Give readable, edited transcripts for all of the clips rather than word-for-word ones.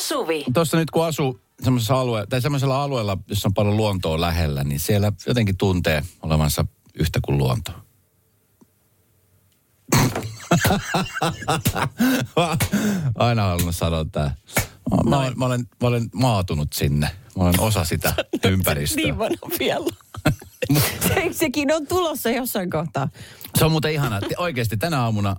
Suvi. Tuossa nyt kun asuu semmoisella alueella, jossa on paljon luontoa lähellä, niin siellä jotenkin tuntee olevansa yhtä kuin luonto. Aina halunnut sanoa tää. Mä olen maatunut sinne. Mä olen osa sitä ympäristöä. Niin vanha vielä. Sekin on tulossa jossain kohtaa. Se on muuten ihanaa. Oikeasti tänä aamuna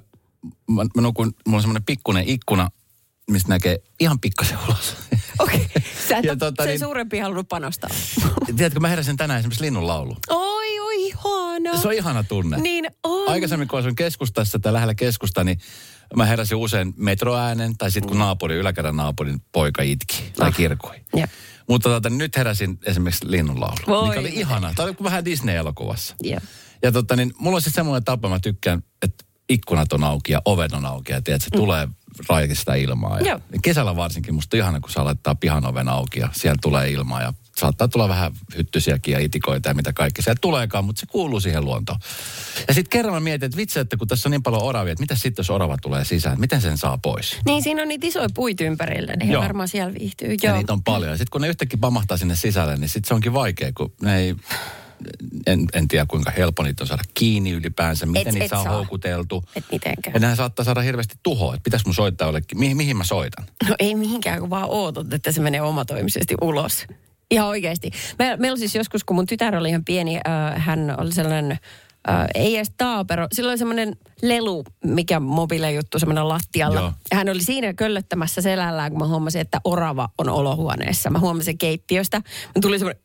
mä nukun, mulla on semmoinen pikkuinen ikkuna, mistä näkee ihan pikkasen ulos. Okei, sä et sen suurempi halunnut panostaa. Tiedätkö, mä heräsin tänään esimerkiksi linnunlaulu. Oi, ihana. Se on ihana tunne. Niin on. Aikaisemmin, kun asuin keskustassa tai lähellä keskusta, niin mä heräsin usein metroäänen, tai sitten kun yläkerran naapurin poika itki tai kirkui. Jep. Mutta nyt heräsin esimerkiksi linnunlaulu, mikä oli ihana. Tämä oli vähän Disney-elokuvassa. Jep. Ja mulla on sitten semmoinen tapa, mä tykkään, että ikkunat on auki ja ovet on auki ja tiedät, se tulee raikista ilmaa. Ja kesällä varsinkin musta on ihana, kun saa laittaa pihan oven auki ja siellä tulee ilmaa ja saattaa tulla vähän hyttysiäkin ja itikoita ja mitä kaikki sieltä tuleekaan, mutta se kuuluu siihen luontoon. Ja sitten kerran mä mietin, että vitsi, että kun tässä on niin paljon oravia, että mitä sitten jos orava tulee sisään, miten sen saa pois? Niin siinä on niitä isoja puita ympärillä, niin he varmaan siellä viihtyy. Ja niitä on paljon. Ja sitten kun ne yhtäkkiä pamahtaa sinne sisälle, niin sitten se onkin vaikea, kun ne ei... En tiedä, kuinka helppo niitä on saada kiinni ylipäänsä. Miten niitä saa houkuteltu. Et mitenkään. Ja nehän saattaa saada hirveästi tuhoa. Että pitäis mun soittaa jollekin. Mihin mä soitan? No ei mihinkään, kun vaan ootot, että se menee omatoimisesti ulos. Ihan oikeasti. Meillä siis joskus, kun mun tytär oli ihan pieni, hän oli sellainen... ei edes taapero. Sillä oli semmoinen lelu, mikä mobiilejuttu, semmoinen lattialla. Joo. Hän oli siinä köllöttämässä selällään, kun mä huomasin, että orava on olohuoneessa. Mä huomasin keittiöstä. Mä tuli semmoinen...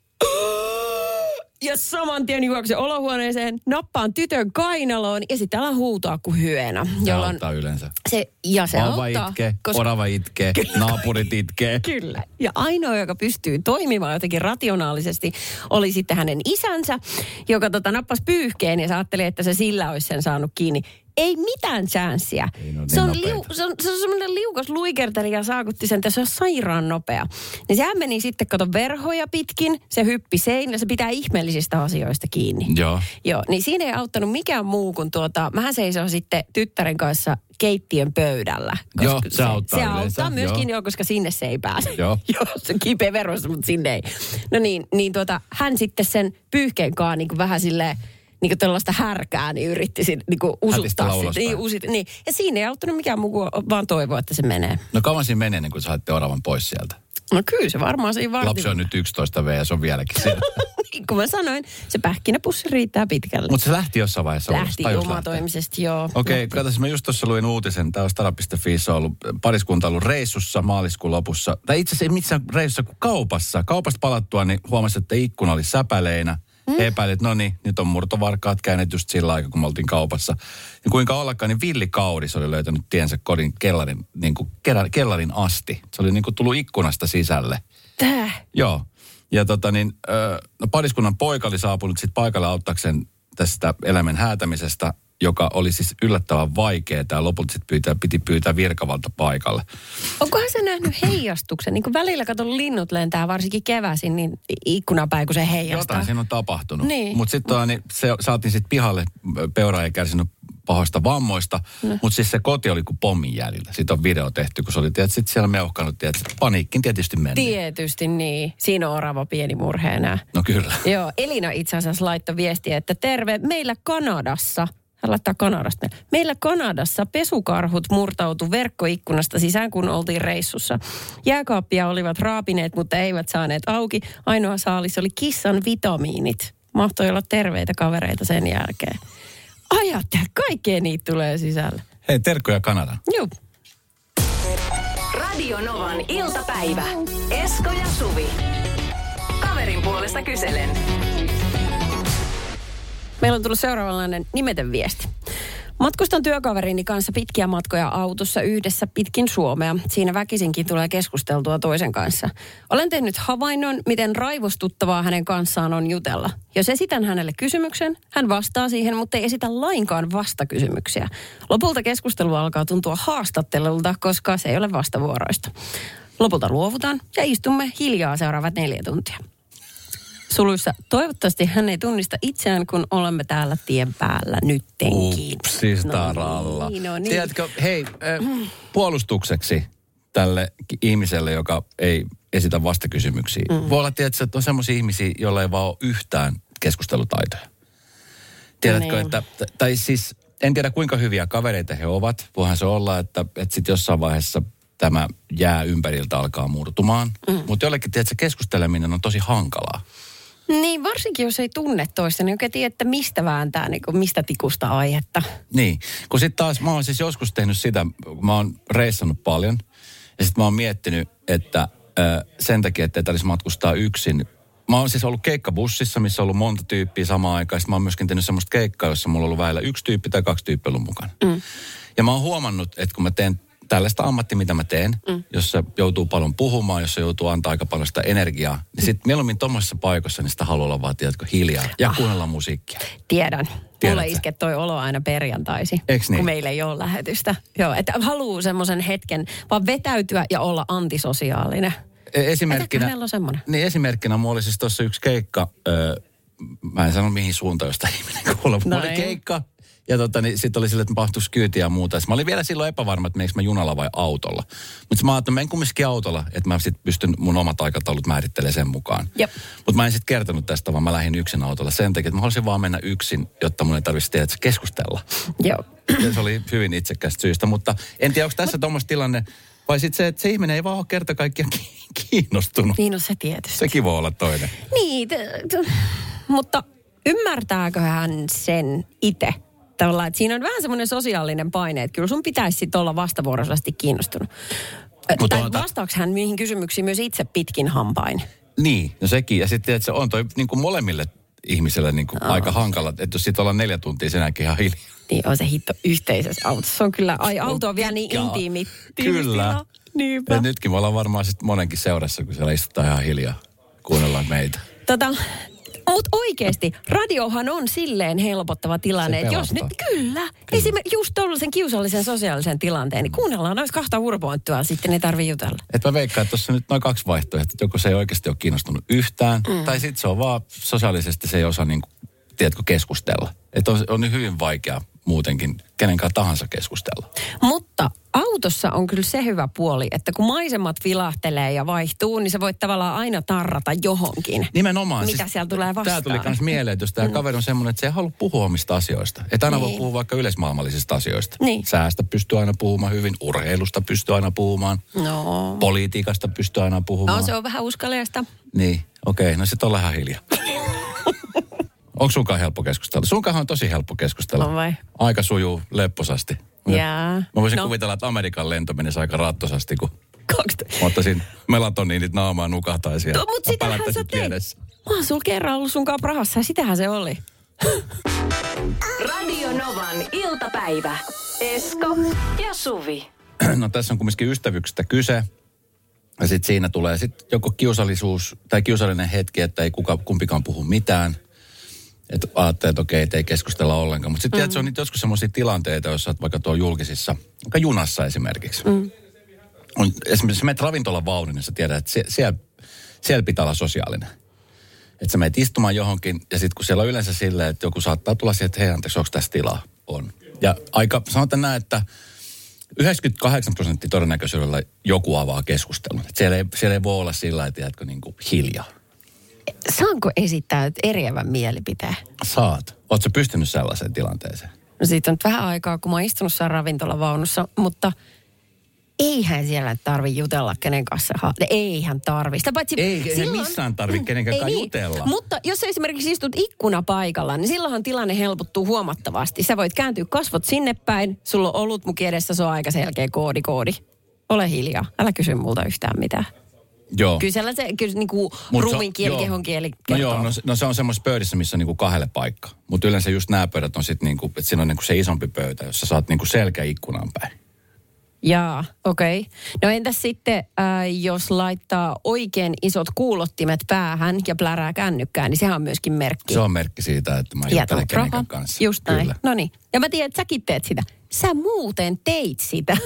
Ja saman tien juoksen olohuoneeseen, nappaan tytön kainaloon ja sitten alan huutaa kuin hyeenä. Se auttaa yleensä. Se Vauva auttaa. Itkee, orava itkee, naapurit itkee. Kyllä. Ja ainoa, joka pystyy toimimaan jotenkin rationaalisesti, oli sitten hänen isänsä, joka nappasi pyyhkeen ja se ajatteli, että se sillä olisi sen saanut kiinni. Ei mitään chanssiä. Se on semmoinen liukas luikertelija ja saakutti sen, että se on sairaan nopea. Niin sehän meni sitten, verhoja pitkin, se hyppi seinällä, se pitää ihmeellisistä asioista kiinni. Joo, niin siinä ei auttanut mikään muu kuin mähän seisoo sitten tyttären kanssa keittiön pöydällä. Joo, se auttaa Se yleensä. auttaa myöskin, koska sinne se ei pääse. Joo. Se on kipeä verossa, mutta sinne ei. No niin hän sitten sen pyyhkeenkaan niin kuin vähän silleen, niin kuin tällaista härkää, niin yritti niin kuin usuttaa sitä. Niin. Ja siinä ei auttanut mikään muu kuin vaan toivoa, että se menee. No kauan siinä menee, niin kun saitte oravan pois sieltä? No kyllä se varmaan siinä vartin. Lapsi on nyt 11 V ja se on vieläkin siellä. Niin kuin mä sanoin, se pähkinäpussi riittää pitkälle. Mutta se lähti jossain vaiheessa ulos. Lähti omatoimisesti, joo. Okei, katsotaan, mä just tuossa luin uutisen. Tämä on Stara.fiissa ollut pariskunta ollut reissussa maaliskuun lopussa. Tai itse asiassa ei missään reissussa kuin kaupassa. Kaupasta palattua, niin huomasi, että ikkuna oli säpäleinä. He epäili, että no niin, nyt on murtovarkaat käyneet just sillä aikaa, kun me oltiin kaupassa. Ja kuinka ollakaan, niin Villi Kaudis oli löytänyt tiensä kodin kellarin, niin kuin kellarin asti. Se oli niin kuin tullut ikkunasta sisälle. Tää? Joo. Ja no pariskunnan poika oli saapunut sitten paikalle auttaakseen tästä eläimen häätämisestä, joka oli siis yllättävän vaikeaa ja lopulta sitten piti pyytää virkavalta paikalle. Onkohan se nähnyt heijastuksen? Niin kuin välillä katon linnut lentää varsinkin keväisin, niin ikkunapäin kun se heijastaa. Jotain siinä on tapahtunut. Niin. Mutta sitten se saatiin sitten pihalle, Peura ei kärsinyt pahoista vammoista, mutta siis se koti oli kuin pommin jäljellä. Siitä on video tehty, kun se oli sitten siellä meuhkanut, paniikkin tietysti meni. Tietysti niin. Siinä on orava pieni murheena. No kyllä. Joo, Elina itse asiassa laittoi viestiä, että terve, meillä Kanadassa. Hän laittaa Kanadasta. Meillä Kanadassa pesukarhut murtautu verkkoikkunasta sisään, kun oltiin reissussa. Jääkaappia olivat raapineet, mutta eivät saaneet auki. Ainoa saalis oli kissan vitamiinit. Mahtoi olla terveitä kavereita sen jälkeen. Ajattele, kaikkea niitä tulee sisälle. Hei, terkkuja Kanadaan. Joo. Radio Novan iltapäivä. Esko ja Suvi. Kaverin puolesta kyselen. Meillä on tullut seuraavanlainen nimetön viesti. Matkustan työkaverini kanssa pitkiä matkoja autossa yhdessä pitkin Suomea. Siinä väkisinkin tulee keskusteltua toisen kanssa. Olen tehnyt havainnon, miten raivostuttavaa hänen kanssaan on jutella. Jos esitän hänelle kysymyksen, hän vastaa siihen, mutta ei esitä lainkaan vastakysymyksiä. Lopulta keskustelu alkaa tuntua haastattelulta, koska se ei ole vastavuoroista. Lopulta luovutaan ja istumme hiljaa seuraavat 4 tuntia. Suluissa, toivottavasti hän ei tunnista itseään, kun olemme täällä tien päällä nyttenkin. Upsis taralla. No niin. Tiedätkö, hei, puolustukseksi tälle ihmiselle, joka ei esitä vastakysymyksiä. Voi olla, tietysti, että on semmoisia ihmisiä, joilla ei vaan ole yhtään keskustelutaitoja. Tiedätkö, että, tai siis en tiedä kuinka hyviä kavereita he ovat. Voihan se olla, että sitten jossain vaiheessa tämä jää ympäriltä alkaa murtumaan. Mutta jollekin, tiedätkö, keskusteleminen on tosi hankalaa. Niin, varsinkin jos ei tunne toista, niin oikein tiedä, että mistä vääntää, niin kuin mistä tikusta aihetta. Niin, kun sitten taas mä oon siis joskus tehnyt sitä, kun mä oon reissannut paljon. Ja sitten mä oon miettinyt, että sen takia, että ei tarvitsisi matkustaa yksin. Mä oon siis ollut keikkabussissa, missä on ollut monta tyyppiä samaan aikaan. Sitten mä oon myöskin tehnyt semmoista keikkaa, jossa mulla on ollut väillä 1 tyyppi tai 2 tyyppiä ollut mukana. Ja mä oon huomannut, että kun mä teen tällaista ammattia, mitä mä teen, jossa joutuu paljon puhumaan, jossa joutuu antaa aika paljon sitä energiaa, niin sitten mieluummin tuommoisessa paikassa, niin sitä haluaa olla vaan, tiedätkö, hiljaa ja kuunnella musiikkia. Tiedän. Mulle iske toi olo aina perjantaisi, niin? Kun meillä ei ole lähetystä. Joo, että haluaa semmoisen hetken vaan vetäytyä ja olla antisosiaalinen. Esimerkkinä, hänellä on semmoinen? Niin, esimerkkinä mulla oli siis tuossa yksi keikka, mä en sano mihin suuntaan, josta ihminen kuulee, mutta oli keikka. Ja niin sitten oli sille, että mahtuisi kyytiä ja muuta. Mä olin vielä silloin epävarma, että meneekö mä junalla vai autolla. Mutta mä ajattelin, että menen kumminkin autolla, että mä sitten pystyn mun omat aikataulut määrittelemään sen mukaan. Mutta mä en sitten kertonut tästä, vaan mä lähdin yksin autolla sen takia, että mä haluaisin vaan mennä yksin, jotta mun ei tarvitsisi tehdä keskustella. Joo. Ja se oli hyvin itsekästä syystä, mutta en tiedä, onko tässä tuommoista tilanne, vai sitten se, että se ihminen ei vaan ole kerta kaikkiaan kiinnostunut. Niin on se tietysti. Sekin voi olla toinen. Niin, mutta ymmärtääkö hän sen itse? Tavallaan, että siinä on vähän semmoinen sosiaalinen paine, että kyllä sun pitäisi sitten olla vastavuoroisesti kiinnostunut. Tai vastaako hän niihin kysymyksiin myös itse pitkin hampain? Niin, no sekin. Ja sitten että se on toi niin kuin molemmille ihmisille niin kuin aika hankala, että jos sitten ollaan 4 tuntia senäkin ihan hiljaa. Niin on se hitto yhteisessä autossa. Se on kyllä, auto on vielä niin intiimi. Kyllä. Niinpä. Ja nytkin me ollaan varmaan sitten monenkin seurassa, kun siellä istutaan ihan hiljaa. Kuunnellaan meitä. Mutta oikeasti, radiohan on silleen helpottava tilanne, että jos nyt, kyllä. Esimerkiksi just tuollaisen kiusallisen sosiaalisen tilanteen, niin kuunnellaan noista 2 urpointtua, sitten ei tarvitse jutella. Että mä veikkaan, että tuossa nyt noin 2 vaihtoehtoa, että joko se ei oikeasti ole kiinnostunut yhtään, tai sitten se on vaan sosiaalisesti se ei osaa niin kuin, tiedätkö, keskustella. Että on hyvin vaikea muutenkin kenenkaan tahansa keskustella. Mutta autossa on kyllä se hyvä puoli, että kun maisemat vilahtelee ja vaihtuu, niin sä voit tavallaan aina tarrata johonkin. Nimenomaan. Mitä siellä tulee vastaan. Tämä tuli myös mieleen, että jos tämä kaveri on semmoinen, että se ei halua puhua omista asioista. Että aina voi puhua vaikka yleismaailmallisista asioista. Niin. Säästä pystyy aina puhumaan hyvin, urheilusta pystyy aina puhumaan. No. Politiikasta pystyy aina puhumaan. No se on vähän uskaliasta. Niin, okei, no sit ollaan ihan hiljaa. Onko sunkaan helppo keskustella? Sunkaan on tosi helppo keskustella. No vai? Aika sujuu lepposasti. Jaa. Mä voisin kuvitella, että Amerikan lento menisi aika rattosasti, kun 2. mä ottaisin melatoniinit naamaan nukahtaisi ja mutta sitähän sä teit. Mä oon sulla kerran ollut sunkaan Prahassa ja sitähän se oli. Radio Novan iltapäivä. Esko ja Suvi. No tässä on kumminkin ystävyyksistä kyse. Ja sitten siinä tulee sitten joko kiusallisuus tai kiusallinen hetki, että ei kumpikaan puhu mitään. Että ajattelee, että okei, ei keskustella ollenkaan. Mutta sitten se on niitä joskus semmoisia tilanteita, joissa olet vaikka tuolla julkisissa, vaikka junassa esimerkiksi. On, esimerkiksi sä menet ravintolan vaunuun, niin sä tiedät, että siellä pitää olla sosiaalinen. Että sä menet istumaan johonkin, ja sitten kun siellä on yleensä silleen, että joku saattaa tulla siihen, että hei anteeksi, onko tässä tilaa? On. Ja sanotaan näin, että 98% todennäköisyydellä joku avaa keskustelun. Että siellä ei voi olla sillä, että tiedätkö, niin kuin hiljaa. Saanko esittää eriävän mielipiteen? Saat. Ootko pystynyt sellaiseen tilanteeseen? No siitä on vähän aikaa, kun mä oon istunut siellä ravintolavaunussa, mutta eihän siellä tarvitse jutella kenen kanssa. Eihän tarvitse. Ei missään tarvitse kenenkään jutella. Mutta jos sä esimerkiksi istut ikkunapaikalla, niin silloinhan tilanne helpottuu huomattavasti. Sä voit kääntyä kasvot sinne päin, sulla on olutmuki edessä, se on aika selkeä koodi. Ole hiljaa, älä kysy multa yhtään mitään. Joo. Kyllä niinku ruumiin kieli, kehon kieli kertoo. No se on semmoisessa pöydissä, missä on niinku 2 paikkaa. Mutta yleensä just nämä pöydät on sitten niinku, että siinä on niinku se isompi pöytä, jossa saat niinku selkeä ikkunaan päin. Jaa, okei. Okay. No entäs sitten, jos laittaa oikein isot kuulottimet päähän ja plärää kännykkään, niin sehän on myöskin merkki. Se on merkki siitä, että mä juttelen kenenkään kanssa. Just näin. Kyllä. No niin. Ja mä tiedän, että säkin teet sitä. Sä muuten teit sitä.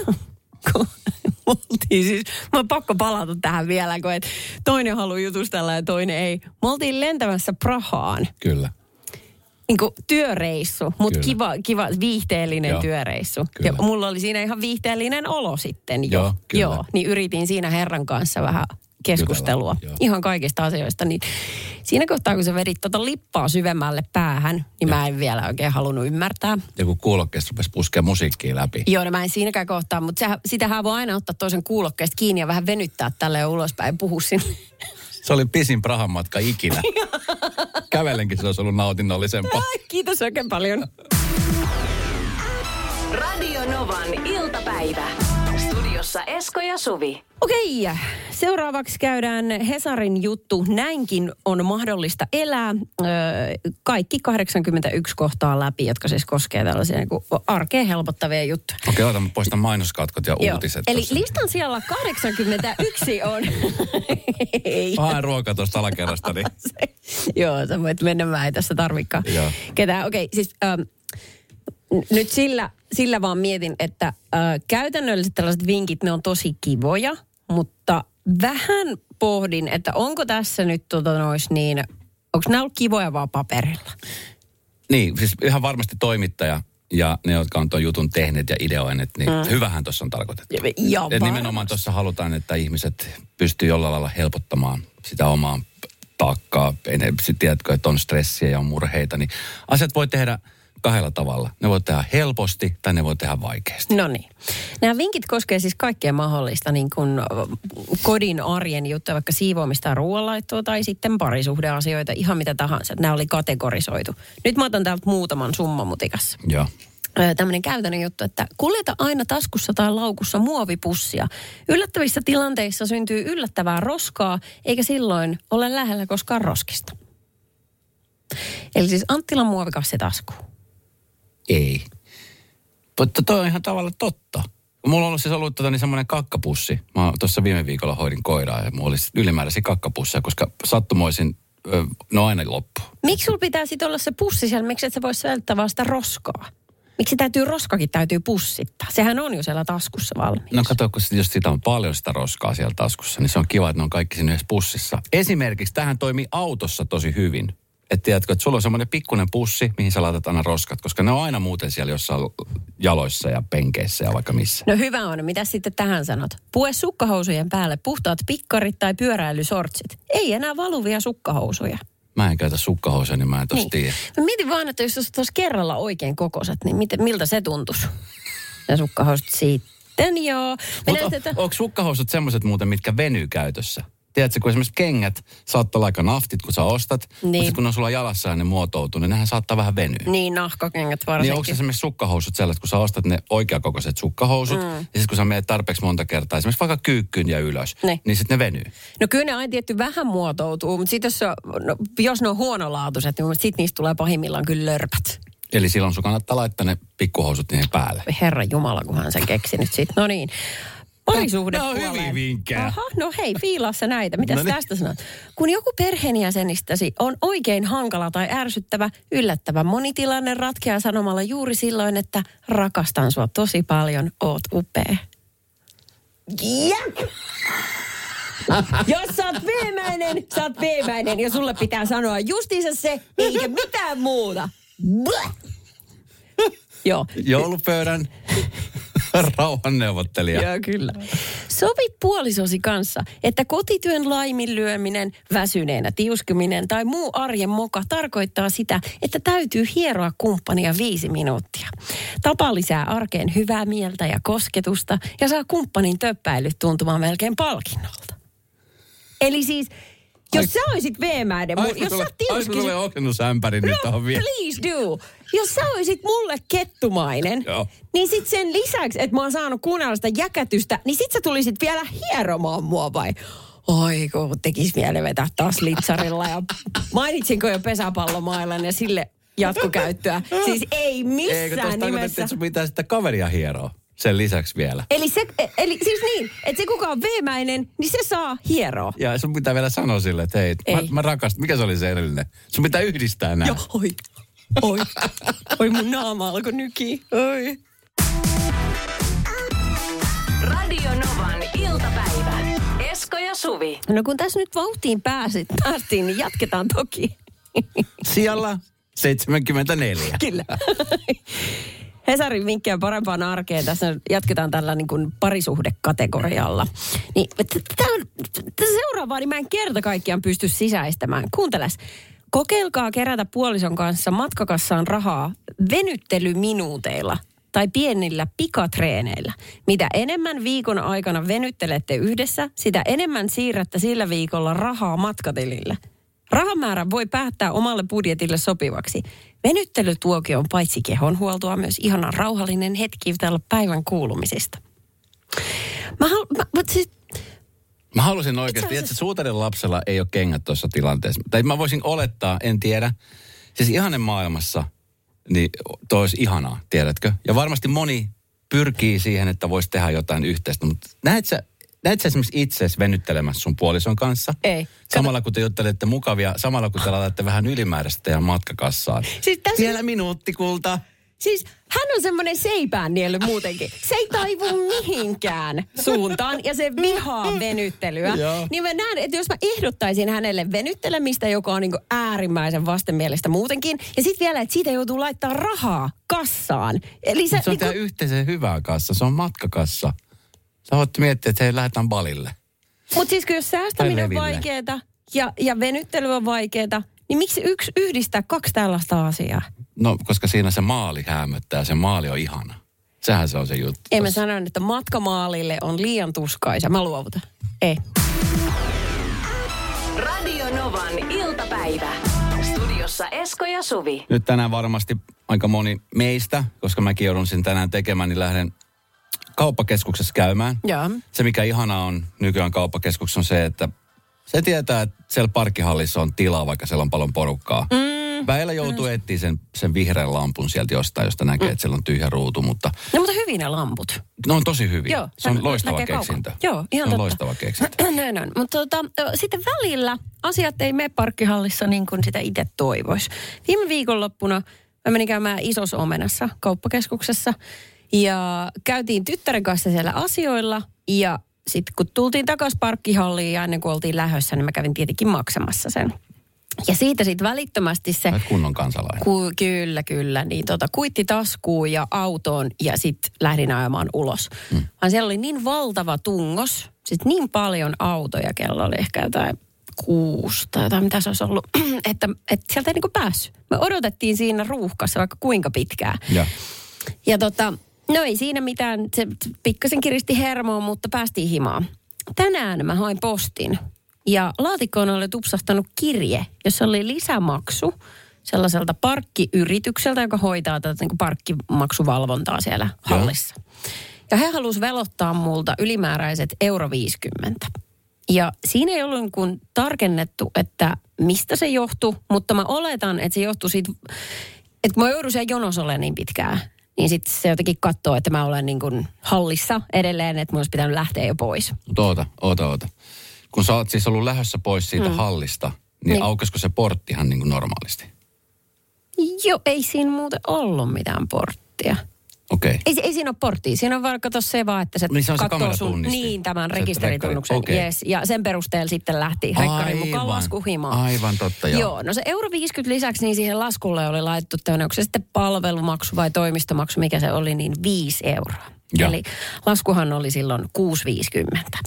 Mä oon pakko palata tähän vielä, kun toinen haluaa jutustella ja toinen ei. Me oltiin lentämässä Prahaan. Kyllä. niinku työreissu, mutta kiva viihteellinen Joo. työreissu. Kyllä. Ja mulla oli siinä ihan viihteellinen olo sitten jo. Joo, kyllä. Joo, niin yritin siinä herran kanssa vähän keskustelua ihan kaikista asioista. Niin siinä kohtaa, kun sä vedit lippaa syvemmälle päähän, niin mä en vielä oikein halunnut ymmärtää. Ja kun kuulokkeesta rupesi puskea musiikkia läpi. Joo, no mä en siinäkään kohtaa, mutta sitähän voi aina ottaa toisen kuulokkeesta kiinni ja vähän venyttää tälle ja ulospäin puhu sinne. Se oli pisin Prahan matka ikinä. Kävelenkin se olisi ollut nautinnollisempaa. Kiitos oikein paljon. Radio Novan iltapäivä. Studiossa Esko ja Suvi. Okei, seuraavaksi käydään Hesarin juttu. Näinkin on mahdollista elää. Kaikki 81 kohtaa läpi, jotka siis koskee tällaisia niin kuin arkeen helpottavia juttuja. Okei, ota mä poistan mainoskatkot ja uutiset. Eli tossa. listan siellä 81 on... Ei. Haen ruokaa tuosta alakerrasta, niin... Joo, sä voit mennä, mä ei tässä tarvikaan Joo. ketään. Okei, siis nyt sillä vaan mietin, että käytännölliset tällaiset vinkit, ne on tosi kivoja, mutta vähän pohdin, että onko tässä nyt onko nämä ollut kivoja vaan paperilla? Niin, siis ihan varmasti toimittaja ja ne, jotka on tuon jutun tehneet ja ideoineet, niin hyvähän tuossa on tarkoitettu. Ja nimenomaan tuossa halutaan, että ihmiset pystyy jollain lailla helpottamaan sitä omaa taakkaa. Tiedätkö, että on stressiä ja on murheita, niin asiat voi tehdä kahdella tavalla. Ne voi tehdä helposti tai ne voi tehdä vaikeasti. No niin. Nämä vinkit koskee siis kaikkea mahdollista niin kuin kodin arjen juttuja, vaikka siivoamista ja ruoanlaittoa tai sitten parisuhdeasioita, ihan mitä tahansa. Nämä oli kategorisoitu. Nyt mä otan täältä muutaman summamutikassa. Joo. Tämmöinen käytännön juttu, että kuljeta aina taskussa tai laukussa muovipussia. Yllättävissä tilanteissa syntyy yllättävää roskaa, eikä silloin ole lähellä koskaan roskista. Eli siis Anttilan muovikassi taskuun. Ei. Mutta toi on ihan tavallaan totta. Mulla on siis ollut semmoinen kakkapussi. Mä tuossa viime viikolla hoidin koiraa ja mulla oli ylimääräisiä kakkapusseja, koska sattumoisin, aina loppu. Miksi sulla pitää sitten olla se pussi siellä? Miksi et sä vois välttää vaan sitä roskaa? Miksi roskakin täytyy pussittaa? Sehän on jo siellä taskussa valmiiksi. No kato, kun jos sitä on paljon sitä roskaa siellä taskussa, niin se on kiva, että ne on kaikki siinä yhdessä pussissa. Esimerkiksi tähän toimii autossa tosi hyvin. Että tiedätkö, että sulla on semmoinen pikkuinen pussi, mihin sä laitat aina roskat, koska ne on aina muuten siellä jossain jaloissa ja penkeissä ja vaikka missä. No hyvä on. Mitä sitten tähän sanot? Pue sukkahousujen päälle puhtaat pikkarit tai pyöräilysortsit. Ei enää valuvia sukkahousuja. Mä en käytä sukkahousuja, niin mä en tossa tiedä. Mä mietin vaan, että jos tuossa kerralla oikein kokoiset, niin miltä se tuntuisi? Ja sukkahousut sitten, joo. Mutta onko sukkahousut semmoiset muuten, mitkä venyy käytössä? Tiedätkö, kun esimerkiksi kengät saattaa olla aika naftit, kun sä ostat, niin. Mutta kun ne on sulla jalassa ja ne muotoutuu, niin nehän saattaa vähän venyä. Niin, nahkakengät varsinkin. Niin onko esimerkiksi sukkahousut sellaiset, kun sä ostat ne oikeakokoiset sukkahousut, ja sitten kun sä menet tarpeeksi monta kertaa, esimerkiksi vaikka kyykkyyn ja ylös, niin sitten ne venyy. No kyllä ne aina tietty vähän muotoutuu, mutta sitten jos ne on huonolaatuiset, niin sitten niistä tulee pahimmillaan kyllä lörpät. Eli silloin sun kannattaa laittaa ne pikkuhousut niihin päälle. Herran Jumala, kun hän sen keksi nyt sitten. No niin. Parisuhdepuoleen. No hyviä vinkkejä. Aha, no hei, fiilaa sä näitä. Mitäs tästä sanot? Kun joku perheenjäsenistäsi on oikein hankala tai ärsyttävä, yllättävä monitilanne ratkeaa sanomalla juuri silloin, että rakastan sua tosi paljon, oot upea. Jäk! Jos sä oot veemäinen ja sulle pitää sanoa justiinsa se, eikä mitään muuta. Joo. Joulupöydän rauhanneuvottelija. Joo, kyllä. Sovi puolisosi kanssa, että kotityön laiminlyöminen, väsyneenä tiuskiminen tai muu arjen moka tarkoittaa sitä, että täytyy hieroa kumppania 5 minuuttia. Tapa lisää arkeen hyvää mieltä ja kosketusta ja saa kumppanin töppäilyt tuntumaan melkein palkinnolta. Eli siis, jos sä oisit veemäinen, jos sä tiuskisit... tulee oksennusämpäri nyt tohon vielä. Please do. Jos sä oisit mulle kettumainen, niin sit sen lisäksi, että mä oon saanut kuunnella sitä jäkätystä, niin sit sä tulisit vielä hieromaan mua vai? Oi, kun tekis vielä vetää taas litsarilla ja mainitsinko jo pesäpallomailan ja sille jatkokäyttöä. Siis ei missään nimessä. Että sun pitää sitten kaveria hieroa sen lisäksi vielä. Eli siis niin, että se kuka on veemäinen, niin se saa hieroa. Ja sun pitää vielä sanoa sille, että hei, mä rakastan. Mikä se oli se edellinen? Sun pitää yhdistää nämä. Joo, oi mun naama alkoi nykiä. Oi. Radio Novan iltapäivä. Esko ja Suvi. No kun tässä nyt vauhtiin päästiin, niin jatketaan toki. Siellä 74. Kyllä. Hesarin vinkkejä parempaan arkeen. Tässä jatketaan tällä niin kuin parisuhdekategorialla. Niin, seuraavaa niin mä en kerta kaikkiaan pysty sisäistämään. Kuunteles. Kokeilkaa kerätä puolison kanssa matkakassaan rahaa venyttelyminuuteilla tai pienillä pikatreeneillä. Mitä enemmän viikon aikana venyttelette yhdessä, sitä enemmän siirrätte sillä viikolla rahaa matkatilille. Rahamäärä voi päättää omalle budjetille sopivaksi. Venyttelytuokio on paitsi kehonhuoltoa myös ihana rauhallinen hetki jutella päivän kuulumisista. Mä halusin oikeasti, että suutarin lapsella ei ole kengät tuossa tilanteessa. Tai mä voisin olettaa, en tiedä. Siis ihanen maailmassa, niin toi olisi ihanaa, tiedätkö? Ja varmasti moni pyrkii siihen, että voisi tehdä jotain yhteistä. Mutta näet sä esimerkiksi itseäsi venyttelemässä sun puolison kanssa? Ei. Samalla kun te juttelette mukavia, samalla kun te laitatte vähän ylimääräistä teidän matkakassaan. Siis vielä minuutti, kulta. Siis hän on semmoinen seipään niely muutenkin. Se ei taivu mihinkään suuntaan ja se vihaa venyttelyä. Niin mä näen, että jos mä ehdottaisin hänelle venyttelemistä, joka on niinku äärimmäisen vastenmielistä muutenkin. Ja sitten vielä, että siitä joutuu laittaa rahaa kassaan. Eli se on tää yhteisen hyvä kassa, se on matkakassa. Sä voit miettiä, että hei, lähdetään balille. Mutta siis jos säästäminen on vaikeeta ja venyttely on vaikeeta, niin miksi yhdistää kaksi tällaista asiaa? No, koska siinä se maali häämöttää, se maali on ihana. Sehän se on se juttu. Ei mä sanon, että matka maalille on liian tuskaisa. Mä luovutan. Ei. Radio Novan iltapäivä. Studiossa Esko ja Suvi. Nyt tänään varmasti aika moni meistä, koska mäkin joudun sen tänään tekemään, niin lähden kauppakeskuksessa käymään. Joo. Se, mikä ihanaa on nykyään kauppakeskuksessa, on se, että se tietää, että siellä parkkihallissa on tilaa, vaikka siellä on paljon porukkaa. Väillä joutuu etsiä sen vihreän lampun sieltä jostain, josta näkee, että siellä on tyhjä ruutu, mutta... No, mutta hyvin ne lamput. Ne on tosi hyviä. Joo, se on loistava keksintö. Joo, ihan se on totta. loistava keksintö. Näin on. Mutta sitten välillä asiat ei mene parkkihallissa niin kuin sitä itse toivoisi. Viime viikonloppuna mä menin käymään Isossa Omenassa kauppakeskuksessa ja käytiin tyttären kanssa siellä asioilla ja sitten kun tultiin takaisin parkkihalliin ja ennen kuin oltiin lähdössä, niin mä kävin tietenkin maksamassa sen. Ja siitä sitten välittömästi se... kunnon kansalainen. Kyllä. Niin kuitti taskuun ja autoon ja sitten lähdin ajamaan ulos. Vaan siellä oli niin valtava tungos, sitten niin paljon autoja, kello oli ehkä jotain 6 tai jotain, mitä se olisi ollut, että sieltä ei niinku päässyt. Me odotettiin siinä ruuhkassa vaikka kuinka pitkään. Ja no ei siinä mitään, se pikkasen kiristi hermoa, mutta päästiin himaan. Tänään mä hain postin ja laatikkoon oli tupsahtanut kirje, jossa oli lisämaksu sellaiselta parkkiyritykseltä, joka hoitaa tätä niin kuin parkkimaksuvalvontaa siellä hallissa. Ja he halusivat velottaa multa ylimääräiset €50. Ja siinä ei ollut kuin tarkennettu, että mistä se johtui, mutta mä oletan, että se johtui siitä, että kun mä joudun siellä jonossa olemaan niin pitkään, niin sitten se jotenkin katsoo, että mä olen niin kuin hallissa edelleen, että mun olisi pitänyt lähteä jo pois. Mutta oota. Kun sä oot siis ollut lähdössä pois siitä hallista, niin aukesiko se portti ihan niin kuin normaalisti? Joo, ei siinä muuten ollut mitään porttia. Okei. Ei siinä ole porttia. Siinä on vaan kato se vaan, että se katsoo sun tämän rekisteritunnuksen. Yes. Ja sen perusteella sitten lähti rekkarin mukaan laskuhimaan. Aivan totta, joo. Joo, no se €50 lisäksi, niin siihen laskulle oli laitettu tämmöinen, onko se sitten palvelumaksu vai toimistomaksu, mikä se oli, niin €5. Ja. Eli laskuhan oli silloin €6.50.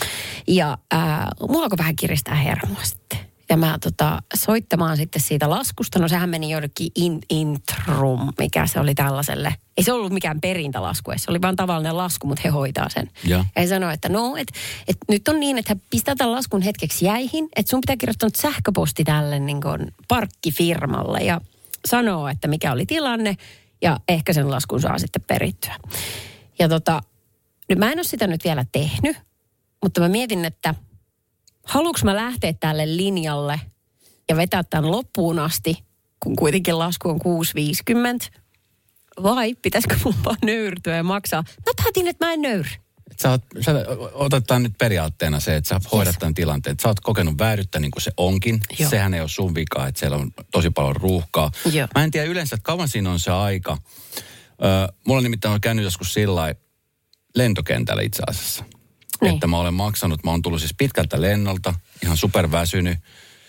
Ja mulla alkoi vähän kiristää hermoa sitten. Ja mä soittamaan sitten siitä laskusta. No sehän meni jollekin Intrum, mikä se oli tällaiselle. Ei se ollut mikään perintälasku, se oli vaan tavallinen lasku, mutta he hoitaa sen. Ja he sanoi, että että nyt on niin, että he pistää tämän laskun hetkeksi jäihin. Että sun pitää kirjoittaa sähköposti tälle niin kuin parkkifirmalle ja sanoo, että mikä oli tilanne. Ja ehkä sen laskun saa sitten perittyä. Ja nyt mä en ole sitä nyt vielä tehnyt, mutta mä mietin, että haluanko mä lähteä tälle linjalle ja vetää tämän loppuun asti, kun kuitenkin lasku on €6.50, vai pitäisikö mun vaan nöyrtyä ja maksaa? Mä päätin, että mä en nöyry. Sä otetaan nyt periaatteena se, että sä hoidat tämän tilanteen. Että sä oot kokenut vääryyttä niin kuin se onkin. Joo. Sehän ei ole sun vika, että siellä on tosi paljon ruuhkaa. Joo. Mä en tiedä yleensä, että kauan siinä on se aika. Mulla nimittäin on käynyt joskus sillä lentokentällä itse asiassa. Niin. Että mä olen maksanut, mä oon tullut siis pitkältä lennolta, ihan superväsynyt.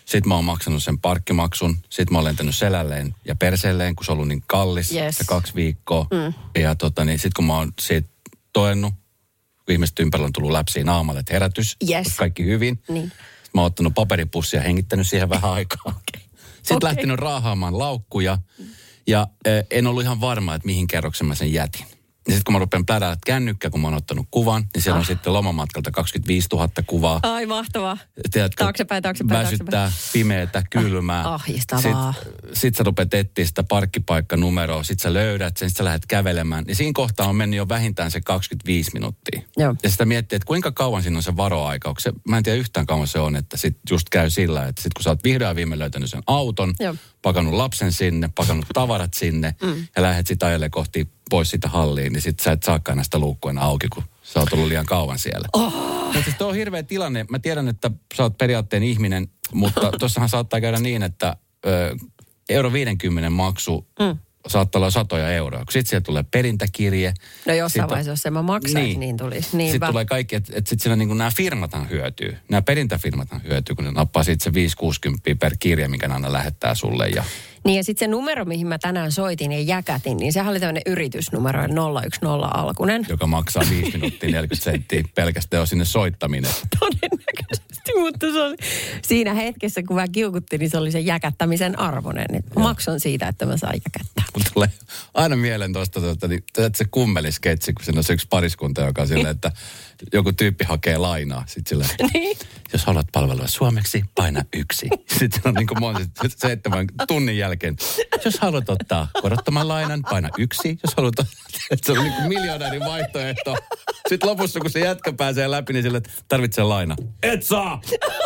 Sitten mä oon maksanut sen parkkimaksun. Sitten mä oon lentänyt selälleen ja perseelleen, kun se on ollut niin kallis. Yes. Se 2 viikkoa. Ja sitten kun mä oon siitä toennut, ihmiset ympärillä on tullut läpsiä naamalle, että herätys. Yes. Kaikki hyvin. Niin. Sitten mä oon ottanut paperipussia ja hengittänyt siihen vähän aikaa. Sitten lähtenyt raahaamaan laukkuja. Ja en ollut ihan varma, että mihin kerroksen mä sen jätin. Ja sitten kun mä rupean plädäämään kännykkä, kun mä oon ottanut kuvan, niin siellä on sitten lomamatkalta 25 000 kuvaa. Ai mahtavaa. Tiedätkö, taaksepäin. väsyttää, pimeätä, kylmää. Ahdistavaa. Sitten sä rupeat etsiä sitä parkkipaikkanumeroa, sitten sä löydät sen, sitten sä lähdet kävelemään. Niin siinä kohtaa on mennyt jo vähintään se 25 minuuttia. Joo. Ja sitä miettii, että kuinka kauan siinä on se varoaika. Mä en tiedä yhtään kauan se on, että sitten just käy sillä, että sitten kun sä oot vihdoin viime löytänyt sen auton, pakannut lapsen sinne, pakannut tavarat sinne ja lähdet sitten ajelle kohti pois siitä halliin, niin sitten sä et saakaan näistä luukkuja auki, kun sä oot ollut liian kauan siellä. Mutta siis tuo on hirveä tilanne. Mä tiedän, että sä oot periaatteen ihminen, mutta tuossahan saattaa käydä niin, että euro 50 maksu saattaa olla 100 euroa. Kun sitten siellä tulee perintäkirje. No jossain vaiheessa, jos mä maksaisin, niin tulisi. Sitten tulee kaikki, että sitten siinä niin nämä firmathan hyötyy. Nämä perintäfirmathan hyötyy, kun ne nappaa sitten se 5-60 per kirje, minkä ne aina lähettää sulle. Niin ja sitten se numero, mihin mä tänään soitin ja jäkätin, niin sehän oli tämmöinen yritysnumero 010 alkunen. Joka maksaa 5 minuuttia 40 senttiä pelkästään jo sinne soittaminen. Todennäköisesti, mutta se oli siinä hetkessä, kun mä kiukuttiin, niin se oli se jäkättämisen arvoinen. Mä maksan siitä, että mä saan jäkättää. Mutta tulee aina mieleen tuosta, niin se kummelisketsi, kun siinä on se yksi pariskunta, joka on silleen, että joku tyyppi hakee lainaa. Sitten silleen, niin. Jos haluat palvelua suomeksi, paina 1. Sitten on niin kuin 7 tunnin jälkeen. Jos haluat ottaa korottaman lainan, paina 1. Jos haluat että se on niin kuin miljardäärin vaihtoehto. Sitten lopussa, kun se jätkä pääsee läpi, niin sille tarvitsee laina. Et saa!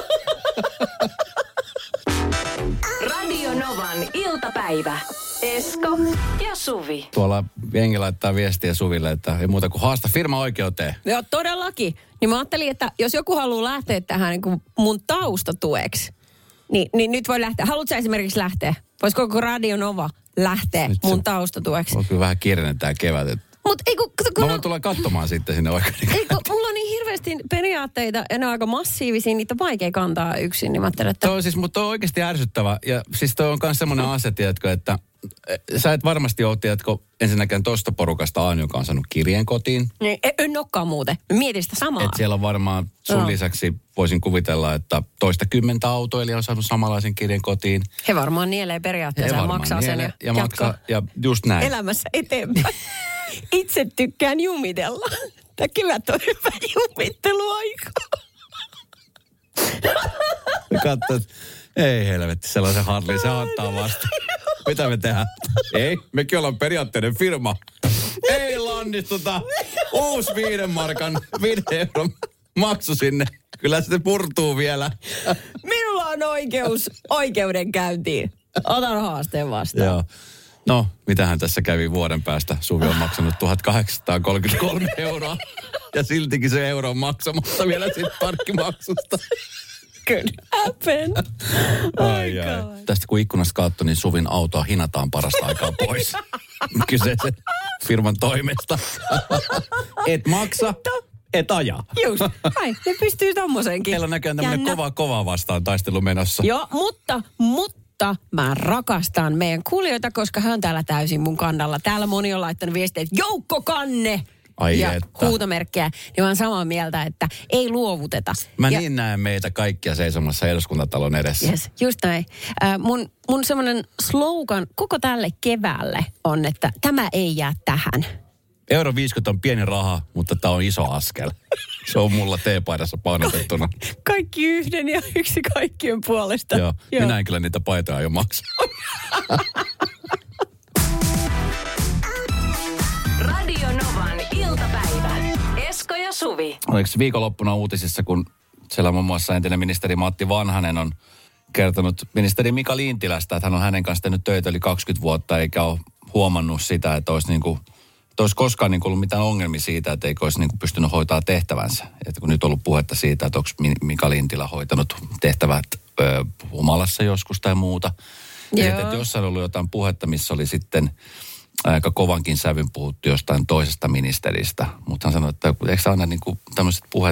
Radio Novan iltapäivä. Esko ja Suvi. Tuolla jengi laittaa viestiä Suville, että ei muuta kuin haasta firma oikeuteen. Joo, todellakin. Niin mä ajattelin, että jos joku haluaa lähteä tähän niin kuin mun taustatueksi, niin nyt voi lähteä. Haluatko esimerkiksi lähteä? Voisiko koko Radio Nova lähteä nyt mun taustatueksi? On kyllä vähän kiireinen tää kevät. Mut ei kun mä voin tulla katsomaan sitten sinne oikein. Ei kun mulla on niin hirveästi periaatteita ja ne on aika massiivisia, niitä on vaikea kantaa yksin. Niin mä ajattelin, että... Mutta toi on oikeasti ärsyttävä. Ja siis toi on myös semmoinen asia, tiedätkö, että sä et varmasti ole, tiedätkö, ensinnäkään tosta porukasta aina, joka on saanut kirjeen kotiin. Niin, en olekaan muuten. Mietin sitä samaa. Että siellä on varmaan sun lisäksi, voisin kuvitella, että 20 autoilijaa on saanut samanlaisen kirjeen kotiin. He varmaan nielee periaatteessa ja maksaa sen ja maksaa, ja just näin. Elämässä eteenpäin. Itse tykkään jumitella. Tämä kevät on hyvä jumitteluaika. Katso, ei helvetti, sellaisen Harley, se antaa vasta. Mitä me tehdään? Ei, mekin ollaan periaatteiden firma. Ei lannistuta. Uusi 5 markan, 5 euron maksu sinne. Kyllä se purtuu vielä. Minulla on oikeus oikeudenkäyntiin. Otan haasteen vastaan. Joo. No, mitähän tässä kävi vuoden päästä? Suvi on maksanut 1833 euroa. Ja siltikin se euro on maksamatta vielä siitä parkkimaksusta. Could happen. Ai. Tästä kun ikkunasta katsoi, niin Suvin autoa hinataan parasta aikaa pois. Kyseisen firman toimesta. Et maksa, et aja. Just, ai, ne pystyy tommoseenkin. Meillä on näköjään tämmöinen kova vastaan taistelu menossa. Joo, mutta mä rakastan meidän kuulijoita, koska hän on täällä täysin mun kannalla. Täällä moni on laittanut viestiä, että joukkokanne! Ai ja että. huutomerkkejä, niin mä oon samaa mieltä, että ei luovuteta. Mä niin näen meitä kaikkia seisomassa eduskuntatalon edessä. Yes, just näin. Mun semmoinen slogan koko tälle keväälle on, että tämä ei jää tähän. Euro 50 on pieni raha, mutta tää on iso askel. Se on mulla teepaidassa painotettuna. Kaikki yhden ja yksi kaikkien puolesta. Joo. Minä en kyllä niitä paitoja jo maksa. Radio Novan iltapäivä. Esko ja Suvi. Oliko viikonloppuna uutisissa, kun siellä muun muassa entinen ministeri Matti Vanhanen on kertonut ministeri Mika Lintilästä, että hän on hänen kanssa tehnyt töitä yli 20 vuotta, eikä ole huomannut sitä, että olisi koskaan ollut mitään ongelmia siitä, että eikö olisi pystynyt hoitaa tehtävänsä. Että kun nyt on ollut puhetta siitä, että onko Mika Lintilä hoitanut tehtävät humalassa joskus tai muuta. Ja sitten, että jossain on ollut jotain puhetta, missä oli sitten aika kovankin sävyn puhuttu jostain toisesta ministeristä. Mutta hän sanoi, että eikö aina tämmöiset puheet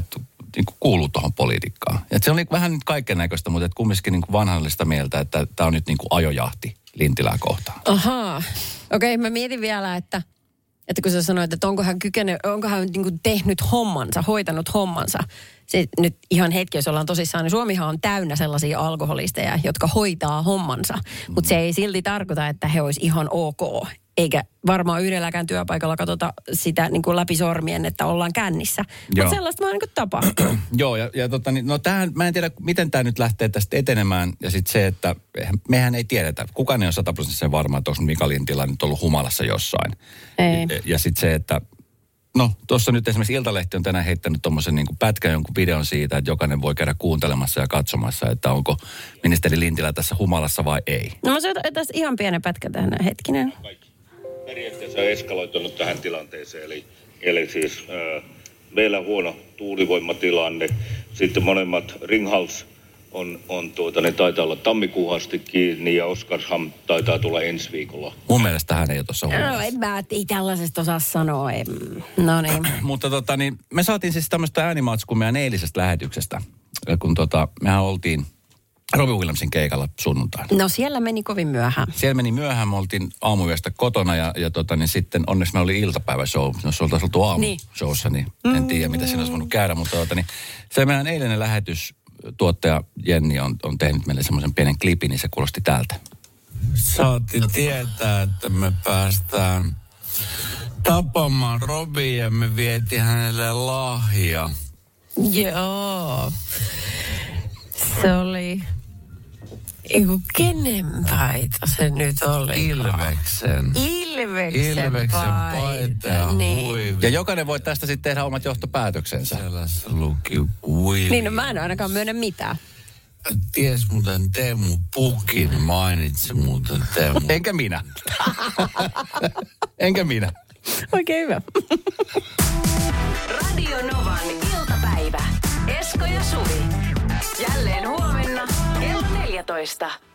niin kuin kuuluu tuohon politiikkaan. Et se on vähän kaiken näköistä, mutta kumminkin niin kuin vanhallista mieltä, että tämä on nyt niin kuin ajojahti Lintilää kohtaan. Ahaa. Okei, mä mietin vielä, että kun sä sanoit, että onko hän niin kuin tehnyt hommansa, hoitanut hommansa. Se nyt ihan hetki, jos ollaan tosissaan, niin Suomihan on täynnä sellaisia alkoholisteja, jotka hoitaa hommansa. Mutta se ei silti tarkoita, että he olisi ihan ok. Eikä varmaan yhdelläkään työpaikalla katsota sitä niin kuin läpi sormien, että ollaan kännissä. Mutta sellaista vaan niin kuin tapahtuu. Joo, ja no tämähän, mä en tiedä, miten tämä nyt lähtee tästä etenemään. Ja sitten se, että mehän ei tiedetä. Kukaan ei ole 100% varma, että onko Mika Lintilä nyt ollut humalassa jossain. Ei. Ja sitten se, että no, tuossa nyt esimerkiksi Iltalehti on tänään heittänyt tuommoisen niin kuin pätkän jonkun videon siitä, että jokainen voi käydä kuuntelemassa ja katsomassa, että onko ministeri Lintilä tässä humalassa vai ei. No mä soitan tässä ihan pienen pätkä tähän, hetkinen. Periaatteessa eskaloitunut tähän tilanteeseen, eli siis meillä huono tuulivoimatilanne, sitten monemmat Ringhals ne taitaa olla tammikuun asti kiinni ja Oskarshamn taitaa tulla ensi viikolla. Mun mielestä hän ei ole tuossa humalassa. Ei tällaisesta osaa sanoa. No niin. Mutta me saatiin siis tämmöistä äänimatskua meidän eilisestä lähetyksestä, kun mehän oltiin Robbie Williamsin keikalla sunnuntaina. No siellä meni kovin myöhään. Siellä meni myöhään, me oltiin aamuyöstä kotona ja sitten onneksi me oli iltapäiväshow. Jos oltaisiin oltu aamushowssa, niin en tiedä mitä siinä olisi voinut käydä, mutta se meidän eilinen lähetys, tuottaja Jenni on tehnyt meille semmoisen pienen klipin, niin se kuulosti tältä. Saatiin tietää, että me päästään tapamaan Robbie ja me vietiin hänelle lahja. Joo. Se oli... Kenen paita se nyt oli? Ilveksen paita ja huivi. Ja jokainen voi tästä sitten tehdä omat johtopäätöksensä. Sellaista luki huivi. Niin, no mä en ainakaan myönnä mitään. Ties muuten Teemu Pukin mainitsi muuten Teemu. Enkä minä. Oikein hyvä. Radio Novan iltapäivä. Esko ja Suvi. Jälleen huomenna kello 14.